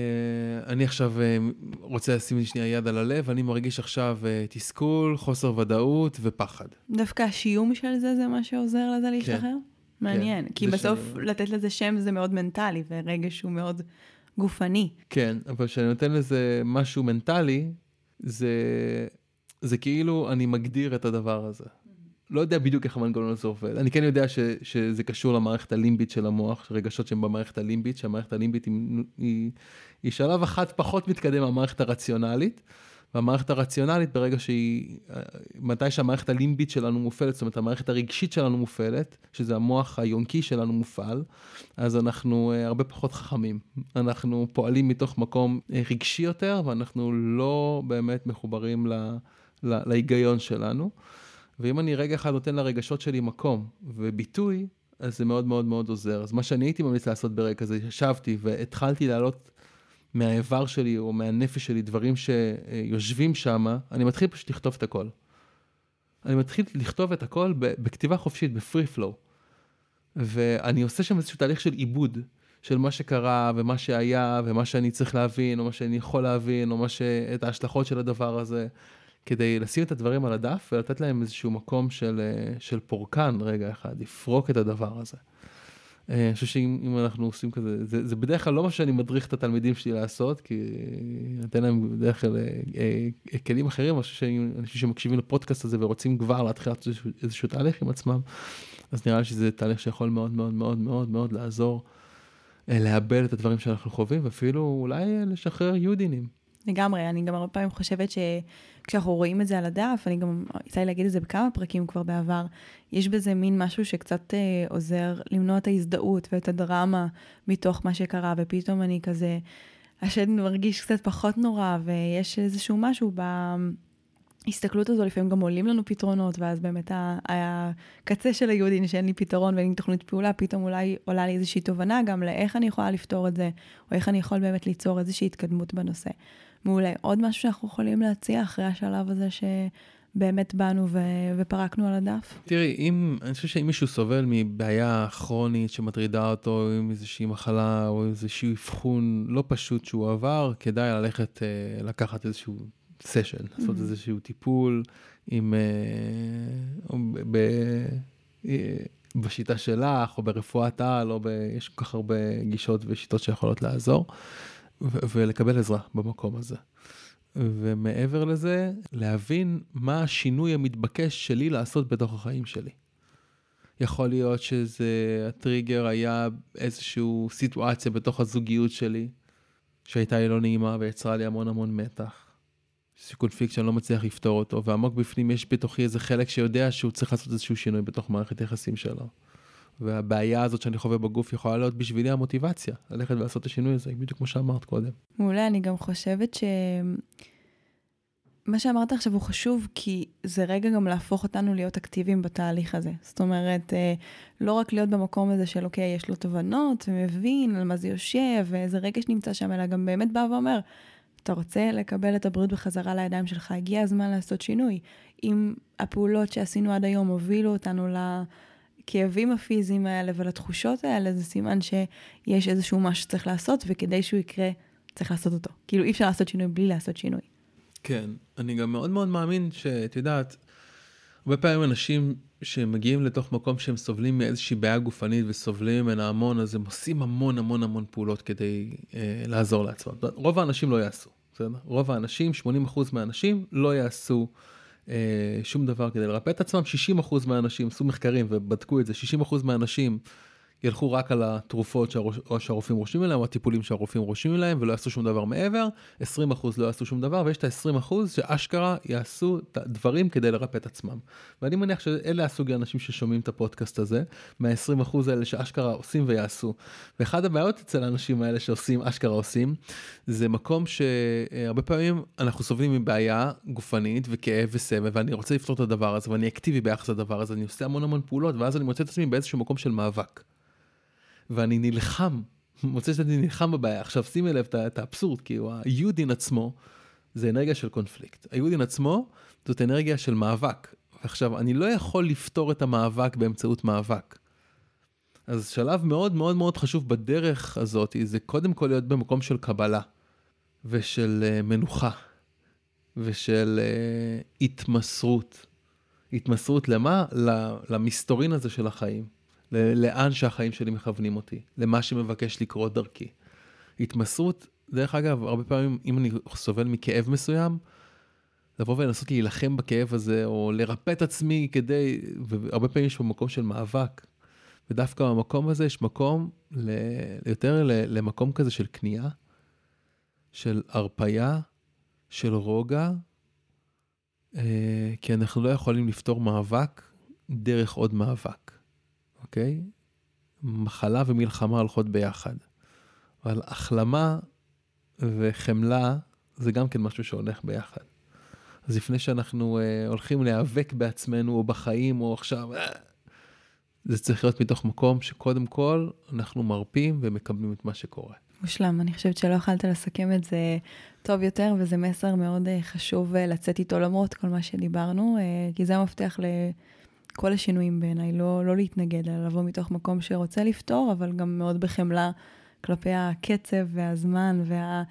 אני עכשיו אה, רוצה לשים לי שנייה יד על הלב, אני מרגיש עכשיו אה, תסכול, חוסר ודאות ופחד. דווקא השיום של זה, זה מה שעוזר לזה להשתחרר? כן. מעניין, כן. כי בסוף שאני... לתת לזה שם זה מאוד מנטלי, ורגש הוא מאוד גופני. כן, אבל כשאני נותן לזה משהו מנטלי, זה, זה כאילו אני מגדיר את הדבר הזה. לא יודע בדיוק איך המנגנון הזה עובד. אני כן יודע ש, שזה קשור למערכת הלימבית של המוח, רגשות שהן במערכת הלימבית, שהמערכת הלימבית היא, היא, היא שלב אחת פחות מתקדם מהמערכת הרציונלית, והמערכת הרציונלית ברגע שהיא, מתי שהמערכת הלימבית שלנו מופעלת, זאת אומרת המערכת הרגשית שלנו מופעלת, שזה המוח היונקי שלנו מופעל, אז אנחנו הרבה פחות חכמים. אנחנו פועלים מתוך מקום רגשי יותר, ואנחנו לא באמת מחוברים ל, ל, להיגיון שלנו. ואם אני רגע אחד נותן לרגשות שלי מקום וביטוי, אז זה מאוד מאוד מאוד עוזר. אז מה שאני הייתי ממליץ לעשות ברגע הזה, ישבתי והתחלתי לעלות מהאיבר שלי או מהנפש שלי דברים שיושבים שם, אני מתחיל פשוט לכתוב את הכל. אני מתחיל לכתוב את הכל בכתיבה חופשית, בפרי פלואו. ואני עושה שם איזשהו תהליך של עיבוד, של מה שקרה ומה שהיה ומה שאני צריך להבין, או מה שאני יכול להבין, או מה ש... את ההשלכות של הדבר הזה. כדי לשים את הדברים על הדף ולתת להם איזשהו מקום של, של פורקן רגע אחד, לפרוק את הדבר הזה. אני חושב שאם אנחנו עושים כזה, זה, זה בדרך כלל לא מה שאני מדריך את התלמידים שלי לעשות, כי נתן להם בדרך כלל כלים אחרים, אני חושב שמקשיבים לפודקאסט הזה ורוצים כבר להתחיל איזשהו, איזשהו תהליך עם עצמם, אז נראה לי שזה תהליך שיכול מאוד מאוד מאוד מאוד מאוד לעזור, לאבד את הדברים שאנחנו חווים, ואפילו אולי לשחרר יודינים. לגמרי, אני גם הרבה פעמים חושבת שכשאנחנו רואים את זה על הדף, אני גם יצא לי להגיד את זה בכמה פרקים כבר בעבר, יש בזה מין משהו שקצת אה, עוזר למנוע את ההזדהות ואת הדרמה מתוך מה שקרה, ופתאום אני כזה, השד מרגיש קצת פחות נורא, ויש איזשהו משהו בהסתכלות הזו, לפעמים גם עולים לנו פתרונות, ואז באמת הקצה של היהודי, שאין לי פתרון ואין לי תוכנית פעולה, פתאום אולי עולה לי איזושהי תובנה גם לאיך אני יכולה לפתור את זה, או איך אני יכול באמת ליצור איזושהי התקדמות בנושא. מעולה. עוד משהו שאנחנו יכולים להציע אחרי השלב הזה שבאמת באנו ו- ופרקנו על הדף? תראי, אם, אני חושב שאם מישהו סובל מבעיה כרונית שמטרידה אותו עם איזושהי מחלה או איזשהו אבחון לא פשוט שהוא עבר, כדאי ללכת, לקחת איזשהו סשן, mm-hmm. לעשות איזשהו טיפול עם, ב, בשיטה שלך או ברפואת על, או ב, יש כל כך הרבה גישות ושיטות שיכולות לעזור. ולקבל עזרה במקום הזה. ומעבר לזה, להבין מה השינוי המתבקש שלי לעשות בתוך החיים שלי. יכול להיות שזה, הטריגר היה איזושהי סיטואציה בתוך הזוגיות שלי, שהייתה לי לא נעימה ויצרה לי המון המון מתח. איזשהו קונפליקט שאני לא מצליח לפתור אותו, ועמוק בפנים יש בתוכי איזה חלק שיודע שהוא צריך לעשות איזשהו שינוי בתוך מערכת יחסים שלו. והבעיה הזאת שאני חווה בגוף יכולה להיות בשבילי המוטיבציה, ללכת ולעשות את השינוי הזה, בדיוק כמו שאמרת קודם. מעולה, אני גם חושבת ש... מה שאמרת עכשיו הוא חשוב, כי זה רגע גם להפוך אותנו להיות אקטיביים בתהליך הזה. זאת אומרת, לא רק להיות במקום הזה של, אוקיי, יש לו תובנות ומבין על מה זה יושב, ואיזה רגע שנמצא שם, אלא גם באמת בא ואומר, אתה רוצה לקבל את הבריאות בחזרה לידיים שלך, הגיע הזמן לעשות שינוי. אם הפעולות שעשינו עד היום הובילו אותנו ל... כאבים הפיזיים האלה ולתחושות האלה, זה סימן שיש איזשהו משהו שצריך לעשות, וכדי שהוא יקרה, צריך לעשות אותו. כאילו אי אפשר לעשות שינוי בלי לעשות שינוי. כן, אני גם מאוד מאוד מאמין שאת יודעת, הרבה פעמים אנשים שמגיעים לתוך מקום שהם סובלים מאיזושהי בעיה גופנית וסובלים ממנה המון, אז הם עושים המון המון המון פעולות כדי אה, לעזור לעצמם. רוב האנשים לא יעשו, בסדר? רוב האנשים, שמונים אחוז מהאנשים לא יעשו אה, שום דבר כדי לרפא את עצמם. שישים אחוז מהאנשים עשו מחקרים ובדקו את זה, שישים אחוז מהאנשים ילכו רק על התרופות שהרופאים רושמים להם, או הטיפולים שהרופאים רושמים להם, ולא יעשו שום דבר מעבר, עשרים אחוז לא יעשו שום דבר, ויש את ה-עשרים אחוז שאשכרה יעשו את הדברים כדי לרפא את עצמם. ואני מניח שאלה הסוגי האנשים ששומעים את הפודקאסט הזה, מה-עשרים אחוז האלה שאשכרה עושים ויעשו. ואחד הבעיות אצל האנשים האלה שעושים, אשכרה עושים, זה מקום שהרבה פעמים אנחנו סובלים מבעיה גופנית וכאב וסבל, ואני רוצה לפתור את הדבר הזה, ואני אקטיבי ביחס לדבר הזה, אני עושה המון המון פעולות, ואז אני מוצא את עצמי באיזשהו מקום של מאבק. ואני נלחם, מוצא שאני נלחם בבעיה. עכשיו שימי לב את האבסורד, כי היודין עצמו זה אנרגיה של קונפליקט. היודין עצמו זאת אנרגיה של מאבק. ועכשיו, אני לא יכול לפתור את המאבק באמצעות מאבק. אז שלב מאוד מאוד מאוד חשוב בדרך הזאת, זה קודם כל להיות במקום של קבלה, ושל uh, מנוחה, ושל uh, התמסרות. התמסרות למה? למסתורין הזה של החיים. לאן שהחיים שלי מכוונים אותי, למה שמבקש לקרות דרכי. התמסרות, דרך אגב, הרבה פעמים, אם אני סובל מכאב מסוים, לבוא ולנסות להילחם בכאב הזה, או לרפא את עצמי כדי, והרבה פעמים יש פה מקום של מאבק, ודווקא במקום הזה יש מקום, ל, יותר למקום כזה של קנייה, של הרפיה, של רוגע, כי אנחנו לא יכולים לפתור מאבק דרך עוד מאבק. אוקיי? מחלה ומלחמה הולכות ביחד. אבל החלמה וחמלה זה גם כן משהו שהולך ביחד. אז לפני שאנחנו אה, הולכים להיאבק בעצמנו או בחיים או עכשיו, אה, זה צריך להיות מתוך מקום שקודם כל אנחנו מרפים ומקבלים את מה שקורה. מושלם, אני חושבת שלא יכלת לסכם את זה טוב יותר, וזה מסר מאוד אה, חשוב אה, לצאת איתו למרות כל מה שדיברנו, אה, כי זה המפתח ל... כל השינויים בעיניי, לא, לא להתנגד, אלא לבוא מתוך מקום שרוצה לפתור, אבל גם מאוד בחמלה כלפי הקצב והזמן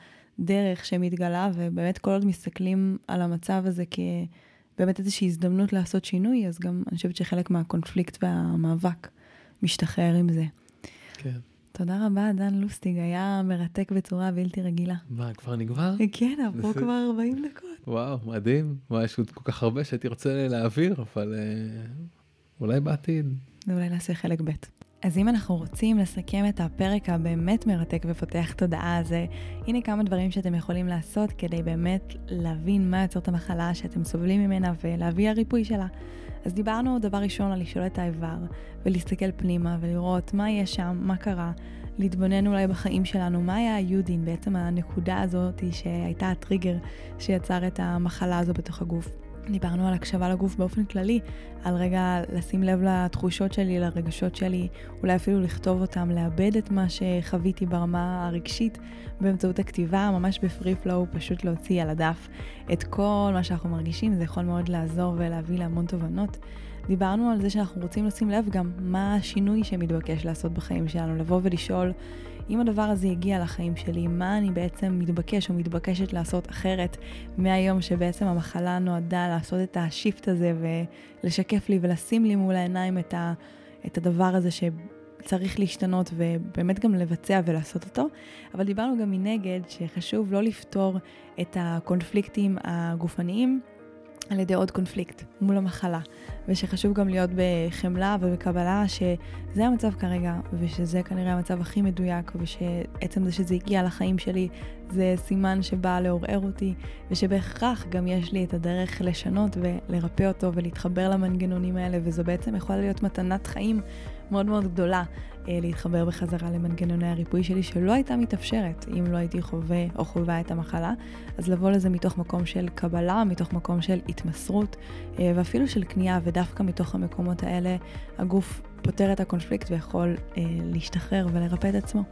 והדרך שמתגלה, ובאמת כל עוד מסתכלים על המצב הזה כבאמת איזושהי הזדמנות לעשות שינוי, אז גם אני חושבת שחלק מהקונפליקט והמאבק משתחרר עם זה. כן. תודה רבה, דן לוסטיג, היה מרתק בצורה בלתי רגילה. מה, כבר נגמר? כן, עברו כבר ארבעים דקות. וואו, מדהים. וואו, יש כל כך הרבה שהייתי רוצה להעביר, אבל אה, אולי בעתיד. ואולי נעשה חלק ב'. אז אם אנחנו רוצים לסכם את הפרק הבאמת מרתק ופותח תודעה הזה, הנה כמה דברים שאתם יכולים לעשות כדי באמת להבין מה יוצר את המחלה שאתם סובלים ממנה ולהביא הריפוי שלה. אז דיברנו דבר ראשון על לשאול את האיבר ולהסתכל פנימה ולראות מה יש שם, מה קרה, להתבונן אולי בחיים שלנו, מה היה היודין, בעצם הנקודה הזאת שהייתה הטריגר שיצר את המחלה הזו בתוך הגוף. דיברנו על הקשבה לגוף באופן כללי, על רגע לשים לב לתחושות שלי, לרגשות שלי, אולי אפילו לכתוב אותם, לאבד את מה שחוויתי ברמה הרגשית באמצעות הכתיבה, ממש בפרי פלואו, פשוט להוציא על הדף את כל מה שאנחנו מרגישים, זה יכול מאוד לעזור ולהביא להמון תובנות. דיברנו על זה שאנחנו רוצים לשים לב גם מה השינוי שמתבקש לעשות בחיים שלנו, לבוא ולשאול אם הדבר הזה יגיע לחיים שלי, מה אני בעצם מתבקש או מתבקשת לעשות אחרת מהיום שבעצם המחלה נועדה לעשות את השיפט הזה ולשקף לי ולשים לי מול העיניים את, ה, את הדבר הזה שצריך להשתנות ובאמת גם לבצע ולעשות אותו. אבל דיברנו גם מנגד שחשוב לא לפתור את הקונפליקטים הגופניים על ידי עוד קונפליקט מול המחלה, ושחשוב גם להיות בחמלה ובקבלה שזה המצב כרגע, ושזה כנראה המצב הכי מדויק, ושעצם זה שזה הגיע לחיים שלי זה סימן שבא לעורר אותי, ושבהכרח גם יש לי את הדרך לשנות ולרפא אותו ולהתחבר למנגנונים האלה, וזו בעצם יכולה להיות מתנת חיים מאוד מאוד גדולה, להתחבר בחזרה למנגנוני הריפוי שלי שלא הייתה מתאפשרת אם לא הייתי חווה או חווה את המחלה. אז לבוא לזה מתוך מקום של קבלה, מתוך מקום של התמסרות ואפילו של קנייה, ודווקא מתוך המקומות האלה הגוף פותר את הקונפליקט ויכול להשתחרר ולרפא את עצמו.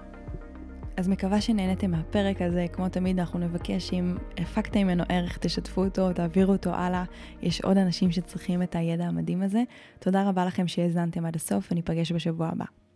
אז מקווה שנהנתם מהפרק הזה, כמו תמיד אנחנו נבקש אם הפקתם ממנו ערך, תשתפו אותו, תעבירו אותו הלאה, יש עוד אנשים שצריכים את הידע המדהים הזה. תודה רבה לכם שהאזנתם עד הסוף, וניפגש בשבוע הבא.